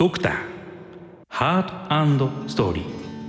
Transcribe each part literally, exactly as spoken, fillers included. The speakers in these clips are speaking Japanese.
ドクターハート&ストーリー。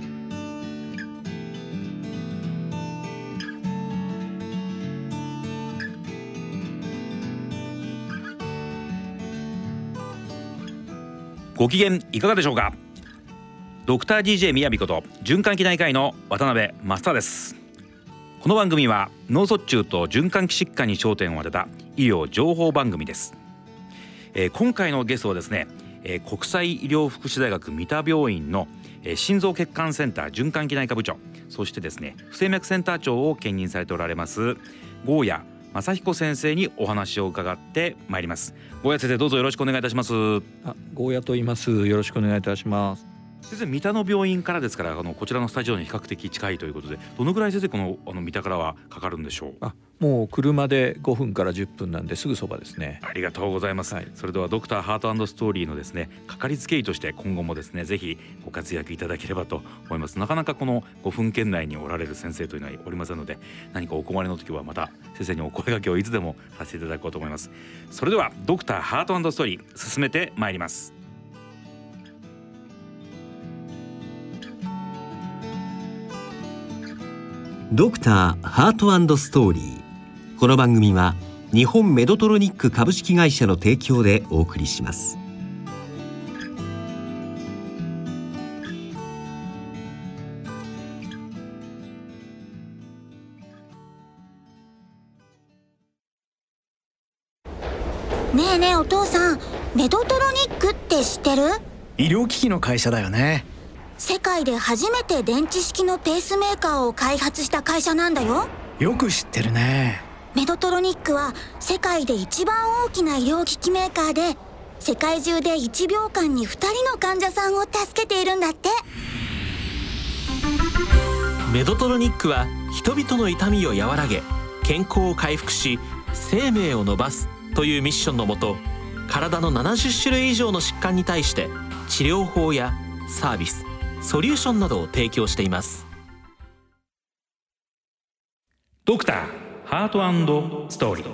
ご機嫌いかがでしょうか。ドクター ディージェー みやびこと循環器内科医の渡辺正人です。この番組は脳卒中と循環器疾患に焦点を当てた医療情報番組です。えー、今回のゲストはですね、えー、国際医療福祉大学三田病院の、えー、心臓血管センター循環器内科部長、そしてですね不整脈センター長を兼任されておられます郷谷正彦先生にお話を伺ってまいります。郷谷先生、どうぞよろしくお願いいたします。 あ、郷谷と言います。よろしくお願いいたします。 先生、三田の病院からですから、あのこちらのスタジオに比較的近いということで、どのぐらい先生このあの三田からはかかるんでしょう。 あ、もう車でごふんからじゅっぷんなんですぐそばですね。 ありがとうございます、はい、それではドクターハート&ストーリーのですねかかりつけ医として今後もですねぜひご活躍いただければと思います。なかなかこのごふん圏内におられる先生というのはおりませんので、何かお困りの時はまた先生にお声掛けをいつでもさせていただこうと思います。それではドクターハート&ストーリー進めてまいります。 ドクターハート&ストーリー。この番組は日本メドトロニック株式会社の提供でお送りします。 ねえねえお父さん、メドトロニックって知ってる？ 医療機器の会社だよね。 世界で初めて電池式のペースメーカーを開発した会社なんだよ。 よく知ってるね。 メドトロニックは世界で一番大きな医療機器メーカーで、世界中でいちびょうかんにふたりの患者さんを助けているんだって。 メドトロニックは人々の痛みを和らげ、健康を回復し、生命を伸ばすというミッションのもと、体のななじゅっしゅるい以上の疾患に対して治療法やサービス、ソリューションなどを提供しています。 ドクターハート&ストーリー。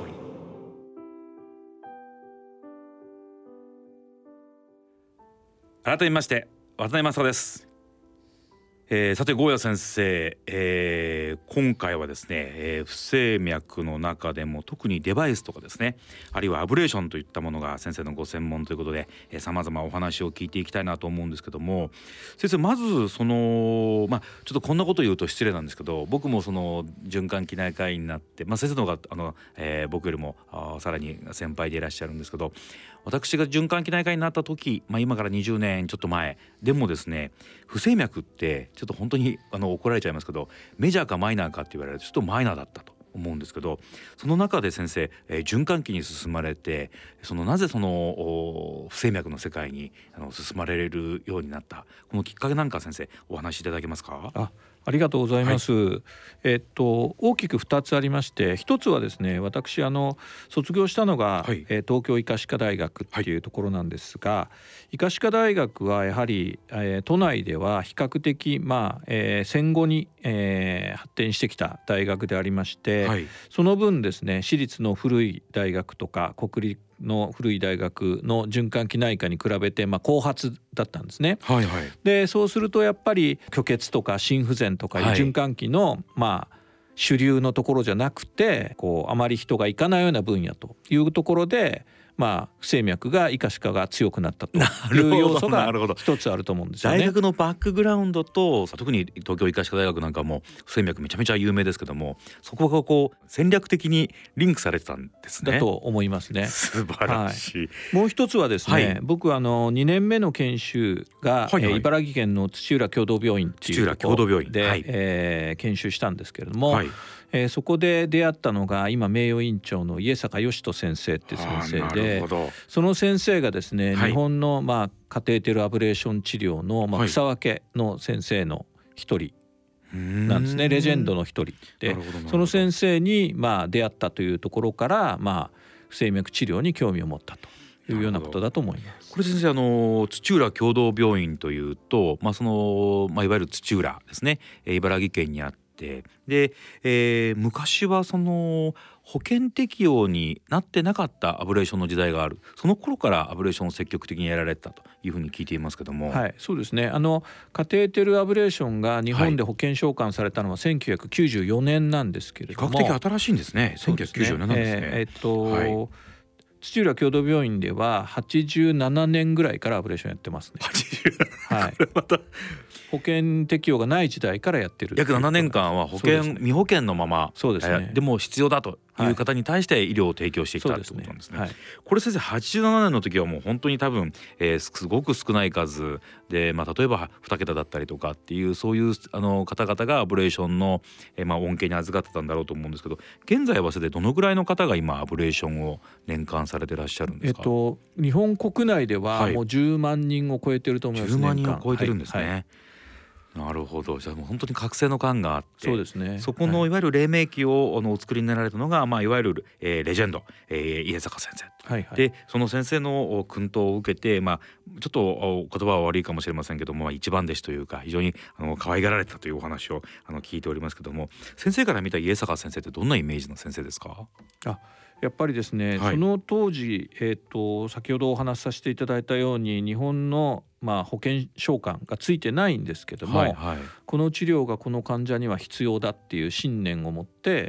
改めまして渡辺正人です。えー、さて郷谷先生、えー、今回はですね、えー、不整脈の中でも特にデバイスとかですね、あるいはアブレーションといったものが先生のご専門ということで、えー、様々お話を聞いていきたいなと思うんですけども、先生、まずそのまあちょっとこんなこと言うと失礼なんですけど、僕もその循環器内科医になって、まあ、先生の方があの、えー、僕よりもあさらに先輩でいらっしゃるんですけど、私が循環器内科医になった時、まあ、今からにじゅうねんちょっと前でもですね、不整脈ってちょっと本当にあの怒られちゃいますけど、メジャーかマイナーかって言われるとちょっとマイナーだったと思うんですけど、その中で先生、えー、循環器に進まれて、そのなぜその不整脈の世界にあの進まれるようになった、このきっかけなんか先生お話しいただけますか。 あありがとうございます、はい。えっと大きくふたつありまして、ひとつはですね、私あの卒業したのが、はい、えー、東京医科歯科大学っていうところなんですが、はい、医科歯科大学はやはり、えー、都内では比較的、まあえー、戦後に、えー、発展してきた大学でありまして、はい、その分ですね、私立の古い大学とか国立の古い大学の循環器内科に比べて、まあ、後発だったんですね、はいはい。でそうするとやっぱり虚血とか心不全とかいう循環器の、はい、まあ主流のところじゃなくて、こうあまり人が行かないような分野というところで、まあ、不整脈が医科歯科が強くなったという要素が一つあると思うんですよね。 大学のバックグラウンドと、特に東京医科歯科大学なんかも不整脈めちゃめちゃ有名ですけども、そこがこう戦略的にリンクされてたんですね。 だと思いますね。 素晴らしい、はい。 もう一つはですね、はい、僕あのにねんめの研修が、はいはい、えー、茨城県の土浦共同病院っていうところで、はい、えー、研修したんですけれども、はい、えー、そこで出会ったのが今名誉院長の家坂義人先生っていう先生で、その先生がですね、はい、日本の、まあ、カテーテルアブレーション治療の、まあ、草分けの先生の一人なんですね、はい、レジェンドの一人で、その先生に、まあ、出会ったというところから、まあ、不整脈治療に興味を持ったというようなことだと思います。 これ先生、あの土浦共同病院というと、まあそのまあ、いわゆる土浦ですね、茨城県にあって、 、で、えー、昔はその保険適用になってなかったアブレーションの時代がある。その頃からアブレーションを積極的にやられたというふうに聞いていますけども。 はい、そうですね。あのカテーテルアブレーションが日本で保険償還されたのはせんきゅうひゃくきゅうじゅうよねんなんですけれども、 比較的新しいんですね。せんきゅうひゃくきゅうじゅうよねんなんですね。 えーえーっと、はい土浦共同病院でははちじゅうななねんぐらいからアブレーションやってますね。 はちじゅうはい、 これまた保険適用がない時代からやってる約ななねんかんは保険、ね、未保険のままそうですね、 でも必要だという方に対して医療を提供してきたということなんですね。はい、これ先生はちじゅうななねんの時はもう本当に多分、えー、すごく少ない数で、まあ、例えばに桁だったりとかっていうそういうあの方々がアブレーションの、えーまあ、恩恵に預かってたんだろうと思うんですけど、現在はそれでどのぐらいの方が今アブレーションを年間されてらっしゃるんですか。 えっと、日本国内ではもうじゅうまんにんを超えてると思います。 じゅうまんにんを超えてるんですね。はいはい、なるほど。じゃあもう本当に覚醒の感があって、 そうですね、 そこのいわゆる黎明期をあのお作りになられたのが、まあ、いわゆる、えー、レジェンド、えー、家坂先生、はいはい、でその先生の薫陶を受けて、まあ、ちょっと言葉は悪いかもしれませんけども、まあ、一番弟子というか非常にあの可愛がられたというお話をあの聞いておりますけども、先生から見た家坂先生ってどんなイメージの先生ですか。 あやっぱりですね、 はい、 その当時、えーと、先ほどお話しさせていただいたように日本の、まあ、保険償還がついてないんですけども、はいはい、この治療がこの患者には必要だっていう信念を持って、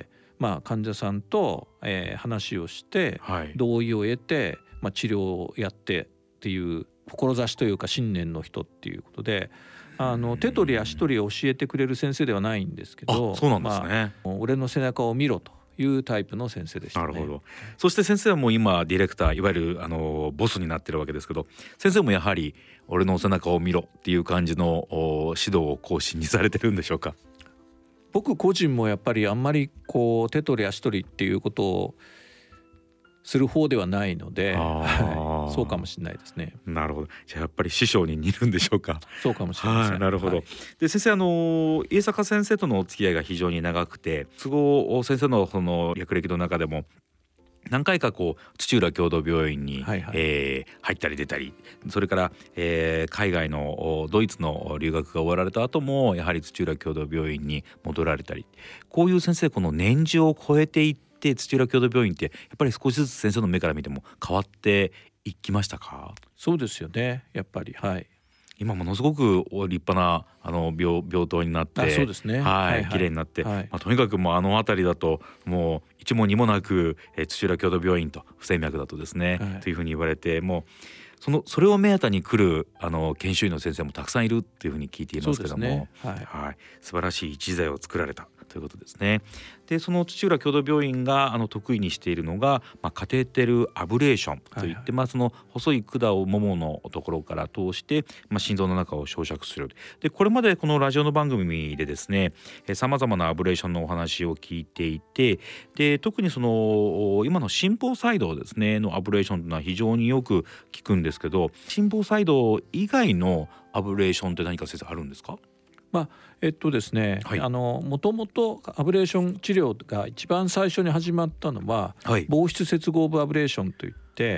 まあ、患者さんと、えー、話をして、はい、同意を得て、まあ、治療をやってっていう志というか信念の人っていうことで、あの手取り足取り教えてくれる先生ではないんですけど、 あ、そうなんですね。 まあ、俺の背中を見ろというタイプの先生でしたね。 なるほど。そして先生はもう今ディレクター、いわゆるあのボスになってるわけですけど、先生もやはり俺の背中を見ろっていう感じの指導を講師にされてるんでしょうか。 僕個人もやっぱりあんまりこう手取り足取りっていうことをする方ではないので、はい、そうかもしれないですね。 なるほど。じゃあやっぱり師匠に似るんでしょうか。 そうかもしれません。 はい、なるほど。はい、で先生、あの家坂先生とのお付き合いが非常に長くて、都合先生のその略歴の中でも何回かこう土浦共同病院に、はいはい、えー、入ったり出たり、それから、えー、海外のドイツの留学が終わられた後もやはり土浦共同病院に戻られたり、こういう先生この年次を超えていって土浦共同病院ってやっぱり少しずつ先生の目から見ても変わっていきましたか。 そうですよね、やっぱり。はい、 今ものすごく立派なあの 病, 病棟になって、 そうですね、 はい、綺麗になって、はい、まあ、とにかくもうあの辺りだともう一も二もなく、えー、土浦共同病院と不整脈だとですね、はい、というふうに言われて、もう そ, のそれを目当てに来るあの研修医の先生もたくさんいるっていうふうに聞いていますけども、ね、はいはい、素晴らしい一材を作られたということですね。でその土浦共同病院があの得意にしているのが、まあ、カテーテルアブレーションといって、はいはい、まあ、その細い管をもものところから通して、まあ、心臓の中を焼灼する。でこれまでこのラジオの番組でですね、さまざまなアブレーションのお話を聞いていて、で特にその今の心房細動ですねのアブレーションというのは非常によく聞くんですけど、心房細動以外のアブレーションって何か先生あるんですか。 まあえっとですね、はい、あのもともとアブレーション治療が一番最初に始まったのは、はい、房室接合部アブレーションといって、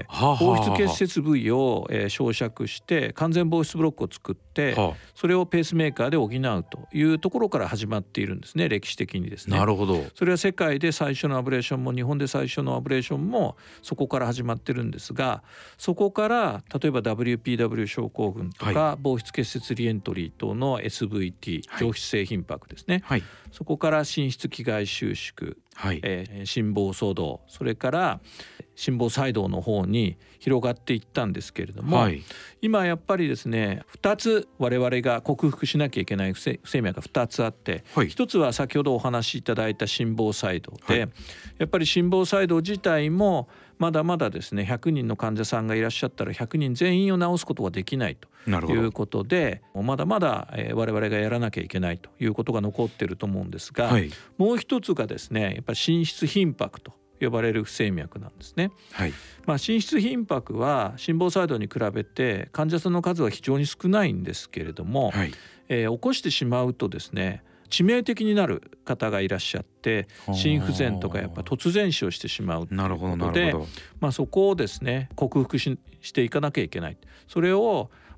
はあはあ、房室結節部位を、えー、焼灼して完全房室ブロックを作って、はあ、それをペースメーカーで補うというところから始まっているんですね、歴史的にですね。 なるほど。 それは世界で最初のアブレーションも日本で最初のアブレーションもそこから始まってるんですが、そこから例えば ダブリューピーダブリュー 症候群とか、はい、房室結節リエントリー等の エスブイティー、はい、上皮性頻拍ですね、はい、そこから心室気外収縮、はい、えー、心房粗動、それから心房細動の方に広がっていったんですけれども、はい、今やっぱりですねふたつ我々が克服しなきゃいけない不整脈がふたつあって、はい、ひとつは先ほどお話しいただいた心房細動で、はい、やっぱり心房細動自体もまだまだですねひゃくにんの患者さんがいらっしゃったらひゃくにん全員を治すことはできないということで、まだまだ我々がやらなきゃいけないということが残っていると思うんですが、はい、もう一つがですねやっぱり心室頻拍と呼ばれる不整脈なんですね。はい、まあ、心室頻拍は心房細動に比べて患者さんの数は非常に少ないんですけれども、はい、えー、起こしてしまうとですね致命的になる方がいらっしゃって、心不全とかやっぱ突然死をしてしまうということで、まあ、そこをですね克服 し, していかなきゃいけない。それを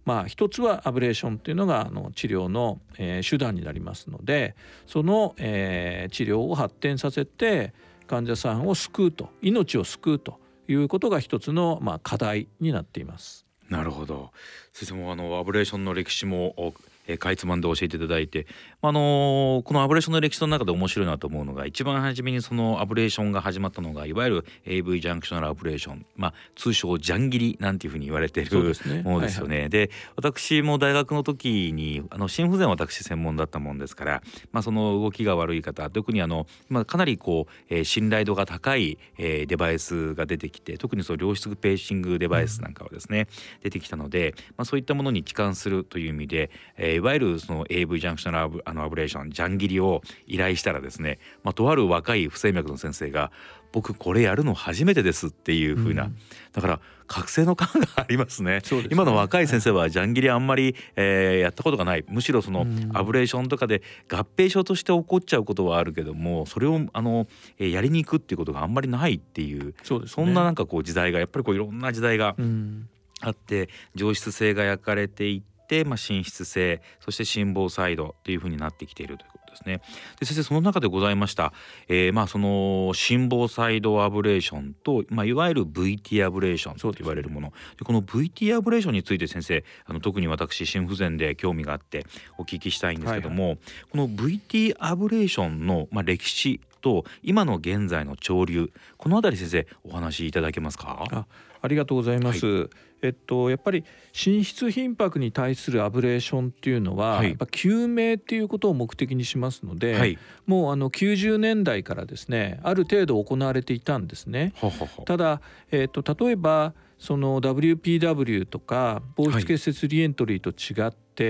まあ、一つはアブレーションというのがあの治療の、えー、手段になりますので、その、えー、治療を発展させて患者さんを救うと、命を救うということが一つの、まあ、課題になっています。 なるほど。先生もあのアブレーションの歴史もえー、かいつまんで教えていただいて、あのー、このアブレーションの歴史の中で面白いなと思うのが、一番初めにそのアブレーションが始まったのがいわゆる エーブイ ジャンクショナルアブレーション、まあ、通称ジャン切りなんていうふうに言われているものですよね。で、私も大学の時にあの心不全は私専門だったもんですから、まあ、その動きが悪い方、特にあの、まあ、かなりこう、えー、信頼度が高い、えー、デバイスが出てきて、特にその良質ペーシングデバイスなんかはですね、うん、出てきたので、まあ、そういったものに帰還するという意味で、えー、いわゆるそのエーブイ ジャンクショナル アブ、あのアブレーションジャン切りを依頼したらですね、まあ、とある若い不整脈の先生が僕これやるの初めてですっていう風な、うん、だから覚醒の感がありますね。そうですね。今の若い先生はジャン切りあんまり、えー、やったことがない。むしろそのアブレーションとかで合併症として起こっちゃうことはあるけども、それをあの、えー、やりに行くっていうことがあんまりないっていう、 そうですね、そんななんかこう時代がやっぱりこういろんな時代があって、上質性が焼かれていって、まあ、心室性、そして心房細動というふうになってきているということですね。で先生、その中でございました、えー、まあその心房細動アブレーションと、まあ、いわゆる ブイティー アブレーションと言われるもので、この ブイティー アブレーションについて先生、あの特に私心不全で興味があってお聞きしたいんですけども、はいはい、この ブイティー アブレーションの、まあ、歴史と今の現在の潮流、このあたり先生お話しいただけますか。 あ、ありがとうございます、はい。えっと、やっぱり心室頻拍に対するアブレーションっていうのは、はい、やっぱ救命っていうことを目的にしますので、はい、もうあのきゅうじゅうねんだいからですね、ある程度行われていたんですね。ははは。ただ、えっと、例えばその ダブリューピーダブリュー とか房室結節リエントリーと違って、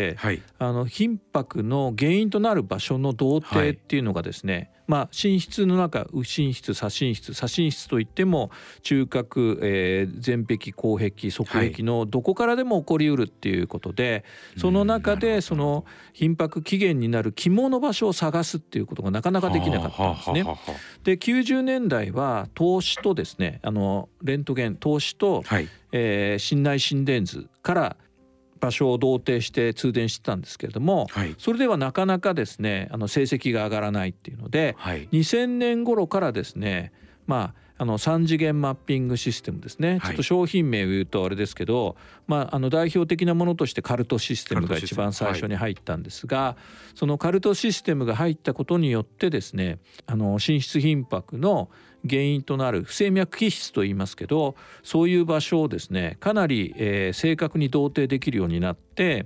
はい、あの頻拍の原因となる場所の同定っていうのがですね、はい、まあ、心室の中、右心室、左心室、左心室といっても中隔、えー、前壁、後壁、側壁のどこからでも起こりうるっていうことで、はい、その中でその頻拍起源になる肝の場所を探すっていうことがなかなかできなかったんですね。はあはあはあ、できゅうじゅうねんだいは透視とですね、あのレントゲン、透視と、はい、えー、心内心電図から場所を同定して通電してたんですけれども、はい、それではなかなかですね、あの成績が上がらないっていうので、はい、にせんねん頃からですね、まああのさん次元マッピングシステムですね、はい、ちょっと商品名を言うとあれですけど、まあ、あの代表的なものとしてカルトシステムが一番最初に入ったんですが、はい、そのカルトシステムが入ったことによってですね、あの心室頻拍の原因となる不整脈気質と言いますけど、そういう場所をですね、かなり、えー、正確に同定できるようになって、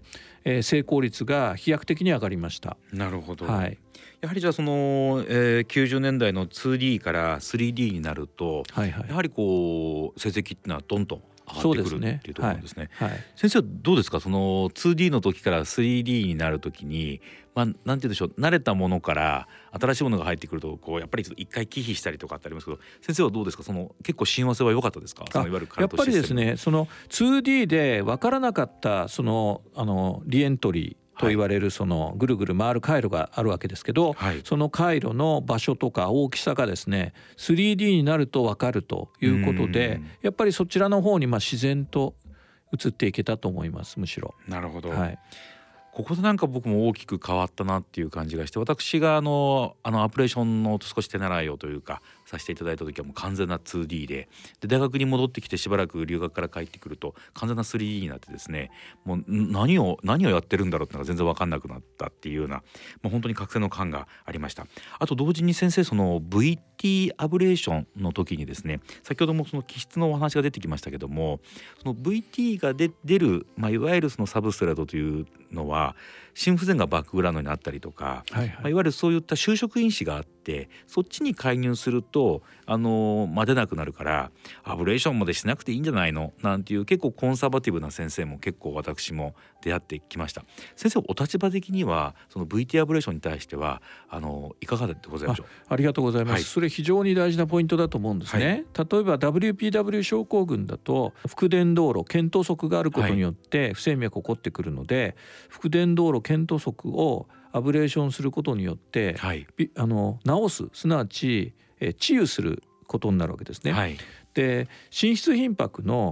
えー、成功率が飛躍的に上がりました。 なるほど、はい。やはりじゃあその、えー、きゅうじゅうねんだいの ツーディー から スリーディー になると、はいはい、やはりこう成績っていうのはどんどん上がってくるっていうところですね。はいはい、先生はどうですか、その ツーディー の時から スリーディー になる時に、まあ、なんて言うんでしょう、慣れたものから新しいものが入ってくるとこうやっぱり一回忌避したりとかってありますけど、先生はどうですか、その結構親和性は良かったですか。そのいわゆるカルトシステム。 やっぱりですね、その ツーディー で分からなかったそのあのリエントリーと言われるそのぐるぐる回る回路があるわけですけど、はい、その回路の場所とか大きさがですね スリーディー になると分かるということで、やっぱりそちらの方にまあ自然と移っていけたと思います。むしろ。 なるほど、はい。ここでなんか僕も大きく変わったなっていう感じがして、私があのあのアプレーションの少し手習いをというかさせていただいた時はもう完全な ツーディー で、で大学に戻ってきてしばらく留学から帰ってくると完全な スリーディー になってですね、もう何を何をやってるんだろうってのが全然分かんなくなったっていうような、もう本当に覚醒の感がありました。あと同時に先生、その ブイティー アブレーションの時にですね、先ほどもその気質のお話が出てきましたけども、その ブイティー が出る、まあ、いわゆるそのサブストレートというのは心不全がバックグラウンドにあったりとか、はいはい、まあ、いわゆるそういった就職因子があって、そっちに介入するとあのー、まあ、出なくなるからアブレーションまでしなくていいんじゃないのなんていう結構コンサバティブな先生も結構私も出会ってきました。先生お立場的にはその ブイティー アブレーションに対してはあのー、いかがでございましょう。 あ, ありがとうございます、はい、それ非常に大事なポイントだと思うんですね、はい、例えば ダブリューピーダブリュー 症候群だと腹伝導路、腱頭側があることによって不整脈起こってくるので、はい、腹伝導路、腱頭側をアブレーションすることによって、はい、あの治す、すなわちえ治癒することになるわけですね、はい、で心室頻拍の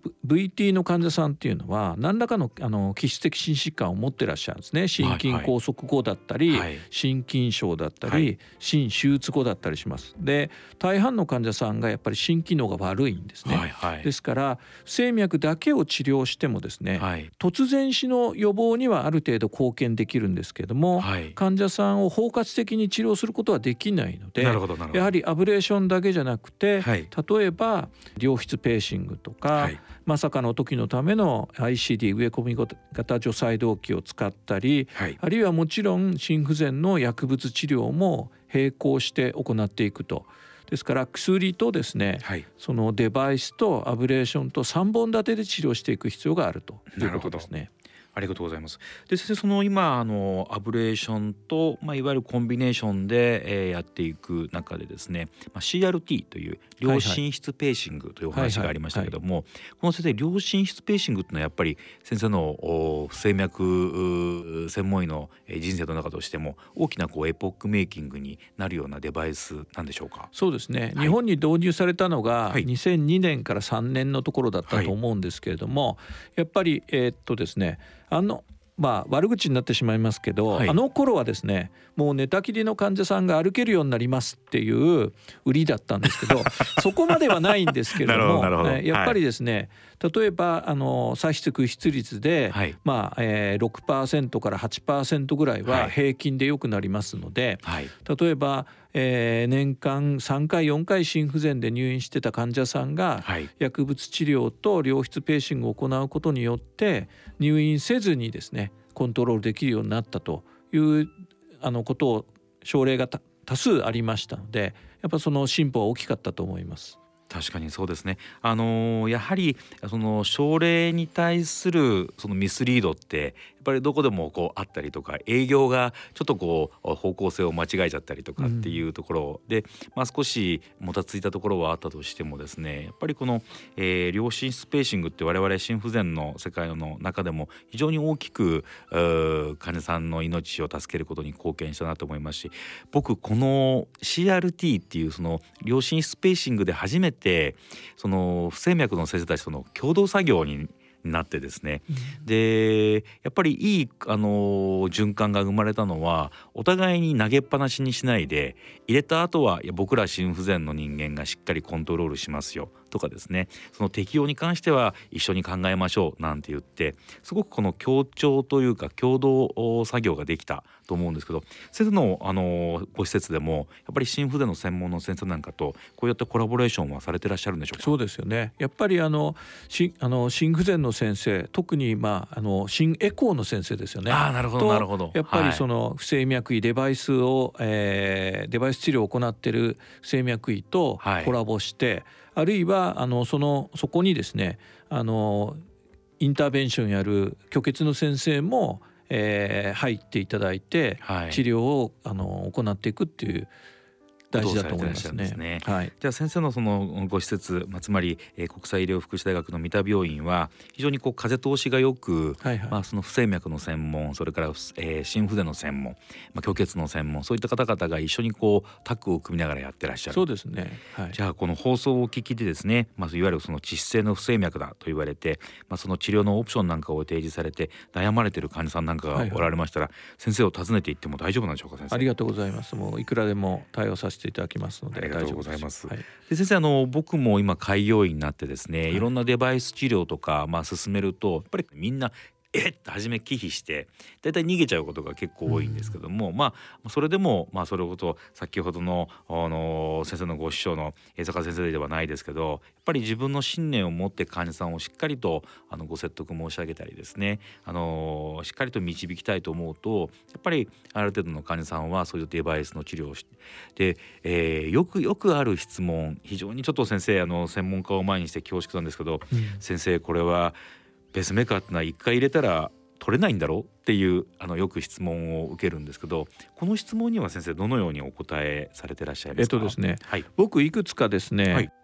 ブイティー の患者さんっていうのは何らかのあの基質的心疾患を持ってらっしゃるんですね。心筋梗塞後だったり、はいはい、心筋症だったり、はい、心手術後だったりします。で大半の患者さんがやっぱり心機能が悪いんですね、はいはい、ですから不整脈だけを治療してもですね、はい、突然死の予防にはある程度貢献できるんですけれども、はい、患者さんを包括的に治療することはできないので、なるほどなるほど、やはりアブレーションだけじゃなくて、はい、例えば両室ペーシングとか、はい、まさかの時のための アイシーディー 植え込み型除細動器を使ったり、はい、あるいはもちろん心不全の薬物治療も並行して行っていくと。ですから薬とですね、はい、そのデバイスとアブレーションとさんぼん立てで治療していく必要があるということですね。 ありがとうございます。で先生、その今あのアブレーションと、まあ、いわゆるコンビネーションで、えー、やっていく中でですね、まあ、シーアールティー という両心室ペーシングというお話がありましたけども、この先生、両心室ペーシングというのはやっぱり先生の不整脈専門医の人生の中としても大きなこうエポックメイキングになるようなデバイスなんでしょうか。 そうですね、はい、日本に導入されたのがにせんにねんからさんねんのところだったと思うんですけれども、はい、やっぱりえー、っとですねあのまあ悪口になってしまいますけど、はい、あの頃はですねもう寝たきりの患者さんが歩けるようになりますっていう売りだったんですけどそこまではないんですけれどもね、やっぱりですね、はい、例えばあの左室屈出率で、はい、まあえー、ろくパーセント から はちパーセント ぐらいは平均で良くなりますので、はい、例えばえー、年間さんかいよんかい心不全で入院してた患者さんが薬物治療と両室ペーシングを行うことによって入院せずにですねコントロールできるようになったというあのことを症例が多数ありましたので、やっぱその進歩は大きかったと思います。 確かにそうですね。あのー、やはりその症例に対するそのミスリードってやっぱりどこでもこうあったりとか、営業がちょっとこう方向性を間違えちゃったりとかっていうところで、うん、まあ、少しもたついたところはあったとしてもですね、やっぱりこの、えー、両心室ペーシングって我々心不全の世界の中でも非常に大きく患者さんの命を助けることに貢献したなと思いますし、僕この シーアールティー っていうその両心室ペーシングで初めてその不整脈の先生たちとの共同作業になってですね、うん、でやっぱりいい、あの循環が生まれたのは、お互いに投げっぱなしにしないで、入れた後はいや僕ら心不全の人間がしっかりコントロールしますよとかですね、その適用に関しては一緒に考えましょうなんて言って、すごくこの協調というか共同作業ができたと思うんですけど、先生の、あのご施設でもやっぱり心不全の専門の先生なんかとこういったコラボレーションはされてらっしゃるんでしょうか。 そうですよね。やっぱりあのしあの心不全の先生、特に、まあ、あの心エコーの先生ですよね。 あ、なるほどなるほど。 やっぱりその不整脈医デバイスを、えー、デバイス治療を行っている不整脈医とコラボして、はい、あるいはあの そのそこにですねあのインターベンションやる虚血の先生も、えー、入っていただいて、はい、治療をあの行っていくっていう大事だと思いますね。 ね、はい、じゃあ先生のそのご施設、まあ、つまり、えー、国際医療福祉大学の三田病院は非常にこう風通しがよく、はいはい、まあ、その不整脈の専門、それから、えー、心不全の専門、まあ、虚血の専門、そういった方々が一緒にこうタッグを組みながらやってらっしゃる。 そうですね、はい、 じゃあこの放送をお聞きでですね、まあ、いわゆるその致死性の不整脈だと言われて、まあ、その治療のオプションなんかを提示されて悩まれている患者さんなんかがおられましたら、はいはい、先生を訪ねていっても大丈夫なんでしょうか。先生、 ありがとうございます。もういくらでも対応させていただきますので。 ありがとうございます。はい、で先生、あの僕も今開業医になってですね、はい、いろんなデバイス治療とか、まあ、進めるとやっぱりみんなえっと初め忌避してだいたい逃げちゃうことが結構多いんですけども、うん、まあそれでも、まあ、それこそ先ほどの、あの先生のご師匠の江坂先生ではないですけど、やっぱり自分の信念を持って患者さんをしっかりとあのご説得申し上げたりですね、あのしっかりと導きたいと思うと、やっぱりある程度の患者さんはそういうデバイスの治療をしてで、えー、よくよくある質問、非常にちょっと先生あの専門家を前にして恐縮なんですけど、うん、先生これはペースメーカーってのはいっかい入れたら取れないんだろうっていうあのよく質問を受けるんですけど、この質問には先生どのようにお答えされてらっしゃいますか。 えっとですね、はい、僕いくつかですね、はい、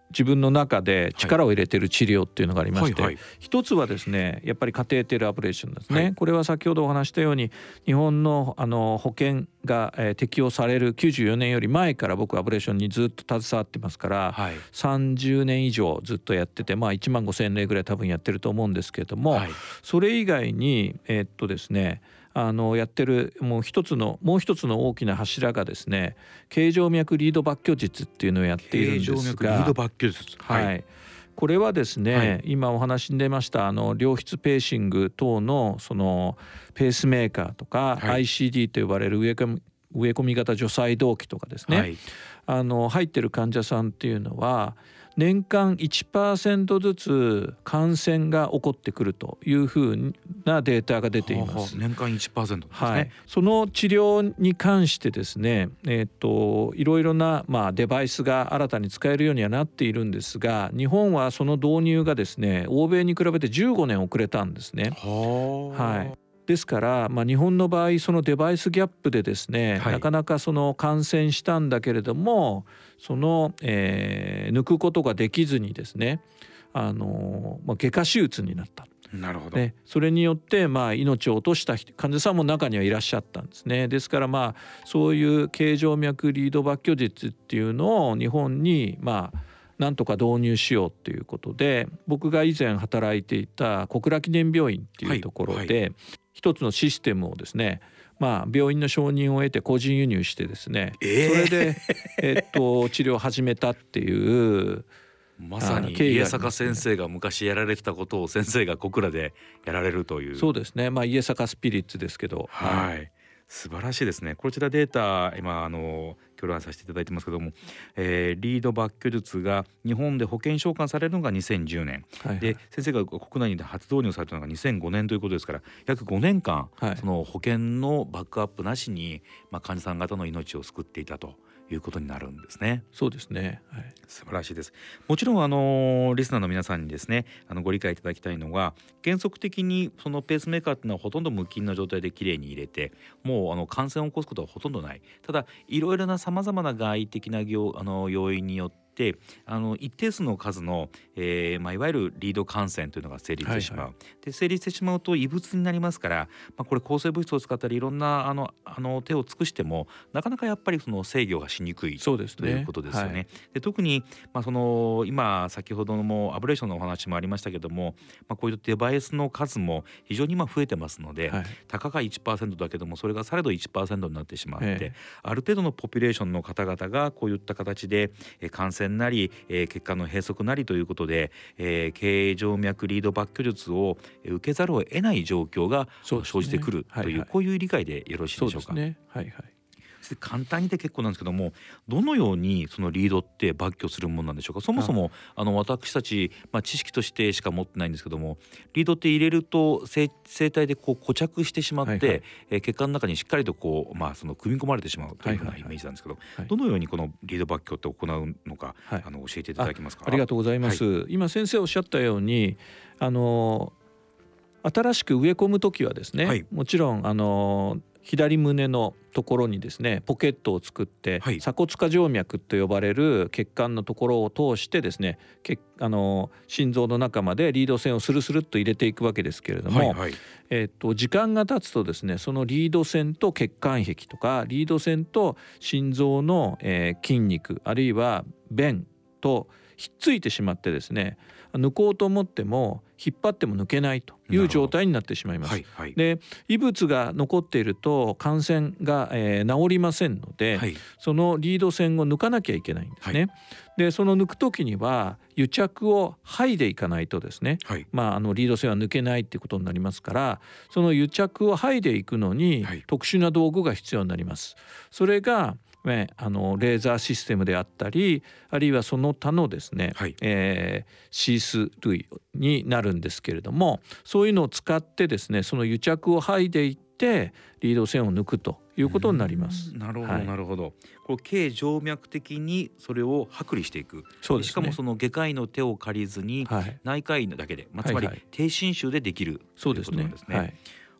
自分の中で力を入れている治療っていうのがありまして、 はいはいはい、 一つはですねやっぱりカテーテルアブレーションですね、 はい、 これは先ほどお話したように日本 の, あの保険が、えー、適用されるきゅうじゅうよねんより前から僕アブレーションにずっと携わってますから、はい、さんじゅうねん以上ずっとやってて、まあ、いちまんごせんれいぐらい多分やってると思うんですけれども、はい、それ以外にえー、っとですねあのやってるもう一つのもう一つの大きな柱がですね形状脈リード抜去術っていうのをやっているんですが、形状脈リード抜去術、はい、はい、これはですね、はい、今お話に出ましたあの両室ペーシング等のそのペースメーカーとか、はい、アイシーディー と呼ばれる植え込み植え込み型除細動器とかですね、はい、あの入ってる患者さんっていうのは年間 いちパーセント ずつ感染が起こってくるというふうなデータが出ています。はあはあ、年間 いちパーセント ですね、はい、その治療に関してですね、えー、といろいろな、まあ、デバイスが新たに使えるようにはなっているんですが、日本はその導入がですね欧米に比べてじゅうごねん遅れたんですね。はあ、はい、ですから、まあ、日本の場合そのデバイスギャップでですね、はい、なかなかその感染したんだけれどもその、えー、抜くことができずにですねあの、まあ、外科手術になった。なるほど、ね、それによって、まあ、命を落とした患者さんも中にはいらっしゃったんですね。ですから、まあ、そういう形状脈リード抜去術っていうのを日本にまあなんとか導入しようということで、僕が以前働いていた小倉記念病院っていうところで、はいはい、一つのシステムをですね、まあ、病院の承認を得て個人輸入してですね、えー、それで、えっと、治療を始めたっていうまさに家坂先生が昔やられてたことを先生が小倉でやられるという。 そうですね、まあ、家坂スピリッツですけど、 はい、はい、素晴らしいですね。こちらデータ今あの協力させていただいてますけども、えー、リード抜去術が日本で保険償還されるのがにせんじゅうねん、はいはい、で先生が国内に初導入されたのがにせんごねんということですから、約ごねんかん、はい、その保険のバックアップなしに、まあ、患者さん方の命を救っていたということになるんですね。 そうですね、はい、 素晴らしいです。もちろんあのリスナーの皆さんにですねあのご理解いただきたいのが、原則的にそのペースメーカーっていうのはほとんど無菌の状態できれいに入れて、もうあの感染を起こすことはほとんどない。ただいろいろなさまざまな外的な業あの要因によってであの一定数の数の、えーまあ、いわゆるリード感染というのが成立してしまう、はいはい、で成立してしまうと異物になりますから、まあ、これ抗生物質を使ったりいろんなあのあの手を尽くしてもなかなかやっぱりその制御がしにくいそうです、ね、ということですよね、はい、で特に、まあ、その今先ほどのもアブレーションのお話もありましたけども、まあ、こういうデバイスの数も非常に今増えてますので、はい、たかが いちパーセント だけどもそれがされど いちパーセント になってしまって、えー、ある程度のポピュレーションの方々がこういった形で感染なり、えー血管の閉塞なりということで、えー、形状脈リード抜去術を受けざるを得ない状況が生じてくるという、はいはい、こういう理解でよろしいでしょうか。 そうですね、はいはい、 簡単にで結構なんですけども、どのようにそのリードって抜去するものなんでしょうか。そもそもあの私たち、まあ、知識としてしか持ってないんですけども、リードって入れると生体でこう固着してしまって、はいはい、えー、血管の中にしっかりとこう、まあ、その組み込まれてしまうというようなイメージなんですけど、はいはいはい、どのようにこのリード抜去って行うのか、はい、あの教えていただけますか。 あ, ありがとうございます、はい、今先生おっしゃったようにあの新しく植え込むときはですね、はい、もちろんあの左胸のところにですねポケットを作って、はい、鎖骨下静脈と呼ばれる血管のところを通してですね血あの心臓の中までリード線をスルスルっと入れていくわけですけれども、はいはい、えー、と時間が経つとですねそのリード線と血管壁とかリード線と心臓の、えー、筋肉あるいは弁とひっついてしまってですね抜こうと思っても引っ張っても抜けないという状態になってしまいます、はいはい、で異物が残っていると感染が、えー、治りませんので、はい、そのリード線を抜かなきゃいけないんですね、はい、でその抜く時には癒着を剥いでいかないとですね、はい、まあ、あのリード線は抜けないっていうことになりますから、その癒着を剥いでいくのに特殊な道具が必要になります。それがね、あのレーザーシステムであったりあるいはその他のですね、はい、えー、シース類になるんですけれども、そういうのを使ってですねその癒着を剥いでいってリード線を抜くということになります。 なるほど、はい、なるほど。こう形状脈的にそれを剥離していく。そうですね、しかもその外科医の手を借りずに、はい、内科医だけで、まあ、つまり低侵襲でできる、はい、ということなんですね。はい、あ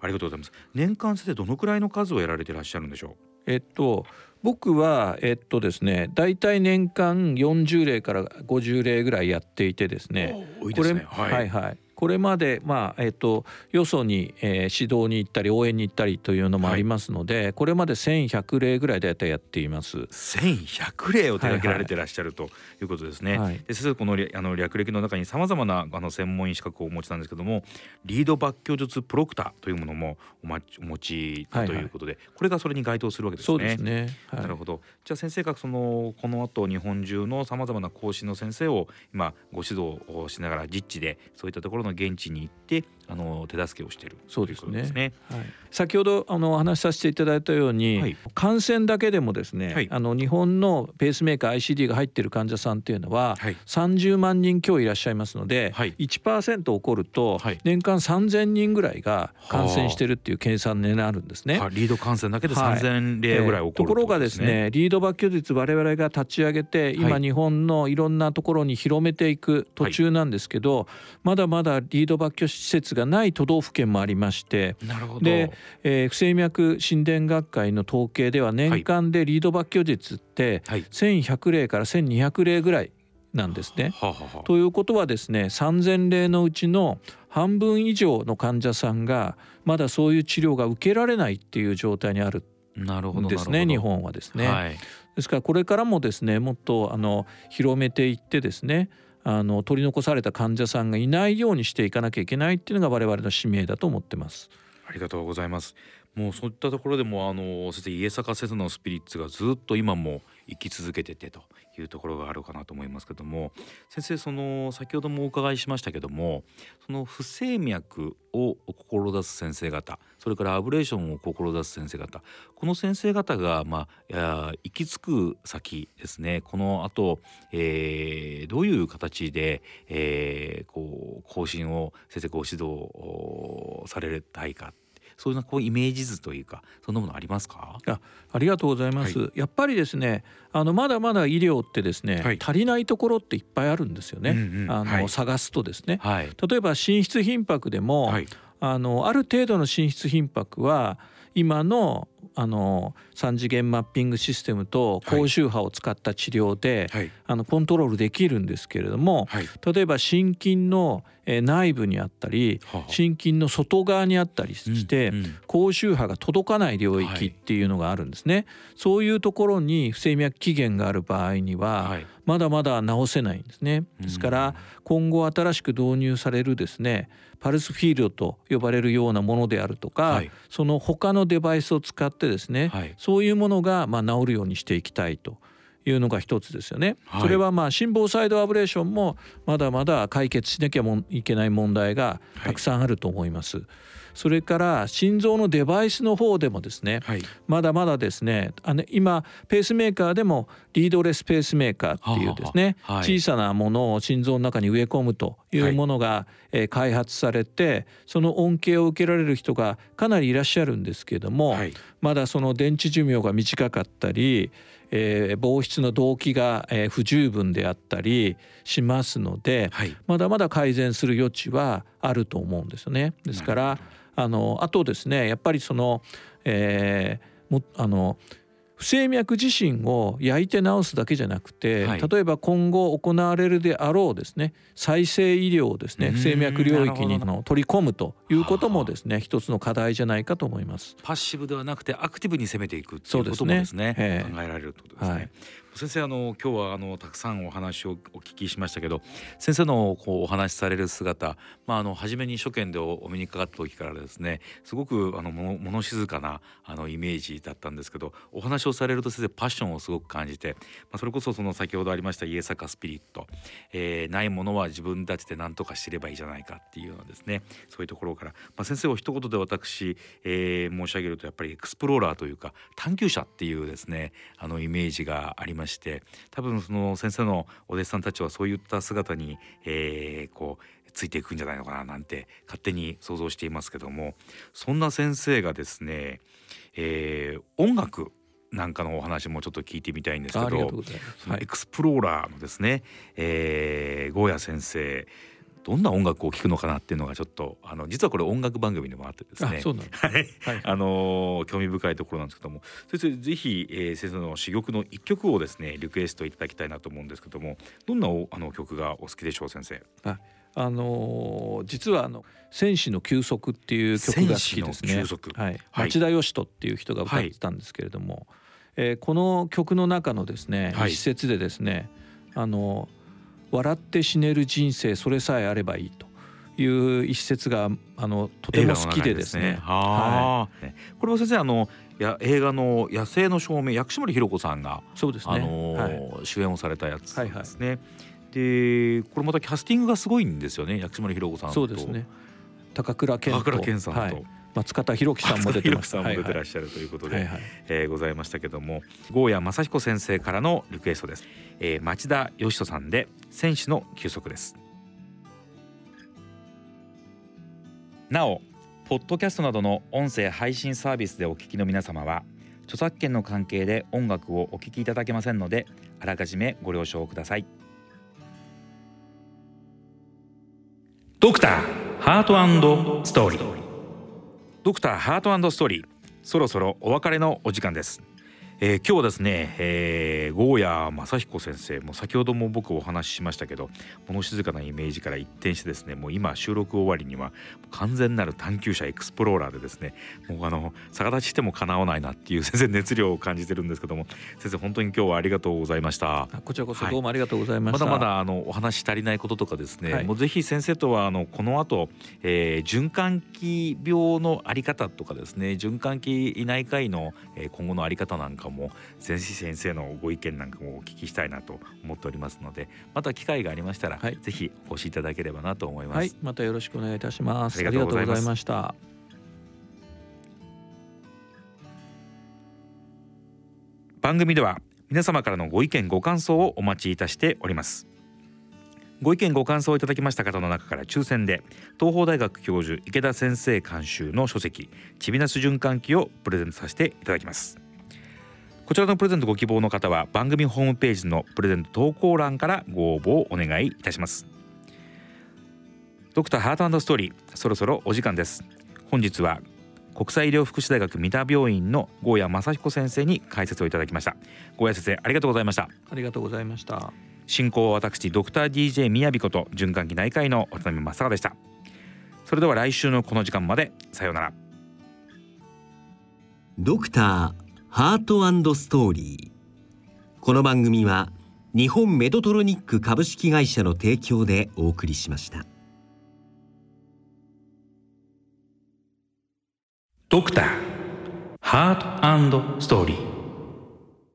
ありがとうございます。年間でどのくらいの数をやられていらっしゃるんでしょう。えっと僕はえっとですねだいたい年間よんじゅうれいからごじゅうれいぐらいやっていてですね。 多いですね。 これ、はいはいはいこれまで、まあえー、とよそに、えー、指導に行ったり応援に行ったりというのもありますので、はい、これまでせんひゃくれいぐらいだいたいやっています。 せんひゃくれいを手掛けられていらっしゃる、はいはい、ということですね、はい、で先生この、あの略歴の中にさまざまなあの専門医資格をお持ちなんですけども、リード抜鏡術プロクターというものもお, まお持ちだということで、はいはい、これがそれに該当するわけですね。 そうですね、はい、 なるほど。じゃあ先生がそのこの後日本中のさまざまな講師の先生を今ご指導をしながら実地でそういったところの現地に行ってあの手助けをしている。 そうですね。 ということですね。 はい、先ほどあのお話しさせていただいたように、はい、感染だけでもですね、はい、あの日本のペースメーカー アイシーディー が入っている患者さんっていうのは、はい、さんじゅうまんにん強いらっしゃいますので、はい、いちパーセント 起こると年間さんぜんにんぐらいが感染しているっていう計算になるんですね。 はあ、リード感染だけでさんぜんれいぐらい起こる、ね。はい、えー、ところがですね、 リード抜鏡術我々が立ち上げて今日本のいろんなところに広めていく途中なんですけど、はい、まだまだリード抜鏡施設がない都道府県もありまして、 なるほど。 で、えー、不整脈心電学会の統計では年間でリード抜鏡術ってせんひゃくれいからせんにひゃくれいぐらいなんですね。 はははということはですね、さんぜんれいのうちの半分以上の患者さんがまだそういう治療が受けられないっていう状態にあるんですね、日本はですね。はい、ですからこれからもですね、もっとあの広めていってですね、あの取り残された患者さんがいないようにしていかなきゃいけないっていうのが我々の使命だと思ってます。 ありがとうございます。もうそういったところでもあの先生、家坂セズのスピリッツがずっと今も生き続けててというところがあるかなと思いますけども、先生その先ほどもお伺いしましたけども、その不整脈を志す先生方、それからアブレーションを志す先生方、この先生方がまあや行き着く先ですね、この後、えー、どういう形で、えー、こう更新を先生ご指導されたいか、そういうなこうイメージ図というかそんなものありますか？ あ、ありがとうございます。はい、やっぱりですね、あのまだまだ医療ってですね、はい、足りないところっていっぱいあるんですよね。うんうん、あの、はい、探すとですね、はい、例えば心室頻拍でも、はい、あのある程度の心室頻拍は今のあのさん次元マッピングシステムと高周波を使った治療で、はい、あのコントロールできるんですけれども、はい、例えば心筋の内部にあったり、はあ、心筋の外側にあったりして、うんうん、高周波が届かない領域っていうのがあるんですね。はい、そういうところに不整脈起源がある場合には、はい、まだまだ治せないんですね。ですから今後新しく導入されるですね、パルスフィールドと呼ばれるようなものであるとか、はい、その他のデバイスを使ってですね、はい、そういうものがまあ治るようにしていきたいというのが一つですよね。はい、それはまあ心房細動アブレーションもまだまだ解決しなきゃいけない問題がたくさんあると思います。はい、それから心臓のデバイスの方でもですね、はい、まだまだですね、あの今ペースメーカーでもリードレスペースメーカーっていうですね、はあはあ、小さなものを心臓の中に植え込むというものが、はい、えー、開発されて、その恩恵を受けられる人がかなりいらっしゃるんですけれども、はい、まだその電池寿命が短かったり、えー、防湿の動機が、えー、不十分であったりしますので、はい、まだまだ改善する余地はあると思うんですよね。ですからあのあとですね、やっぱりその、えー、もあの不整脈自身を焼いて治すだけじゃなくて、はい、例えば今後行われるであろうですね、再生医療をですね、不整脈領域にの取り込むということもですね、一つの課題じゃないかと思います。 パッシブではなくてアクティブに攻めていくということもですね、えー、考えられるということですね。はい、先生、あの今日はあのたくさんお話をお聞きしましたけど、先生のこうお話しされる姿、まあ、あの初めに初見で お, お目にかかった時からですね、すごくあのも物静かなあのイメージだったんですけど、お話をされると先生パッションをすごく感じて、まあ、それこそその先ほどありました家坂スピリット、えー、ないものは自分たちで何とか知ればいいじゃないかっていうようなですね、そういうところから、まあ、先生を一言で私、えー、申し上げるとやっぱりエクスプローラーというか探求者っていうですね、あのイメージがありまして、多分その先生のお弟子さんたちはそういった姿に、えー、こうついていくんじゃないのかななんて勝手に想像していますけども、そんな先生がですね、えー、音楽なんかのお話もちょっと聞いてみたいんですけど、 はい、 エクスプローラーのですね、えー、ゴーヤ先生どんな音楽を聴くのかなっていうのがちょっとあの実はこれ音楽番組でもあってですね、 あ、そうなんです、 はいはい、あの興味深いところなんですけども、先生ぜひ、えー、先生の珠玉の一曲をですねリクエストいただきたいなと思うんですけども、どんなおあの曲がお好きでしょう先生。 ああのー、実はあの戦士の休息っていう曲が好きですね。はい、町田義人っていう人が歌ってたんですけれども、はい、えー、この曲の中のですね、はい、一節でですね、あの笑って死ねる人生それさえあればいいという一節があのとても好きでですね。 はい、これは先生あのや映画の野生の証明、薬師森ひろ子さんがそうですね、 あのーはい、主演をされたやつですね。はいはい、でこれまたキャスティングがすごいんですよね。薬師森ひろ子さんと、 そうですね、高倉健と高倉健さんと、はい、 松方弘樹さんも出てました。 松方弘樹さんも出てらっしゃるということで、はいはい、えー、ございましたけども、郷谷正彦先生からのリクエストです。えー、町田義人さんで戦士の休息です。なおポッドキャストなどの音声配信サービスでお聞きの皆様は著作権の関係で音楽をお聞きいただけませんので、あらかじめご了承ください。ドクターハート&ストーリー、ドクターハート&ストーリー、そろそろお別れのお時間です。えー、今日はですね、えー、郷谷正彦先生も先ほども僕お話ししましたけど、物静かなイメージから一転してですね、もう今収録終わりには完全なる探求者エクスプローラーでですね、もうあの逆立ちしてもかなわないなっていう先生熱量を感じてるんですけども、先生本当に今日はありがとうございました。 こちらこそどうもありがとうございました。 はい、まだまだあのお話し足りないこととかですね、はい、もうぜひ先生とはあのこの後、えー、循環器病のあり方とかですね、循環器内科医の今後のあり方なんかもぜひ先生のご意見なんかもお聞きしたいなと思っておりますので、また機会がありましたら、はい、ぜひお越しいただければなと思います。はい、 またよろしくお願いいたします。ありがとうございました。 番組では皆様からのご意見ご感想をお待ちいたしております。ご意見ご感想をいただきました方の中から抽選で東邦大学教授池田先生監修の書籍チビナス循環器をプレゼントさせていただきます。こちらのプレゼントご希望の方は番組ホームページのプレゼント投稿欄からご応募をお願いいたします。ドクターハート&ストーリー、そろそろお時間です。本日は国際医療福祉大学三田病院の郷谷正彦先生に解説をいただきました。郷谷先生ありがとうございました。 ありがとうございました。 進行は私ドクター ディージェー みやびこと循環器内科医の渡辺正孝でした。それでは来週のこの時間までさようなら。 ドクターハート&ストーリー。この番組は日本メドトロニック株式会社の提供でお送りしました。 ドクターハート&ストーリー。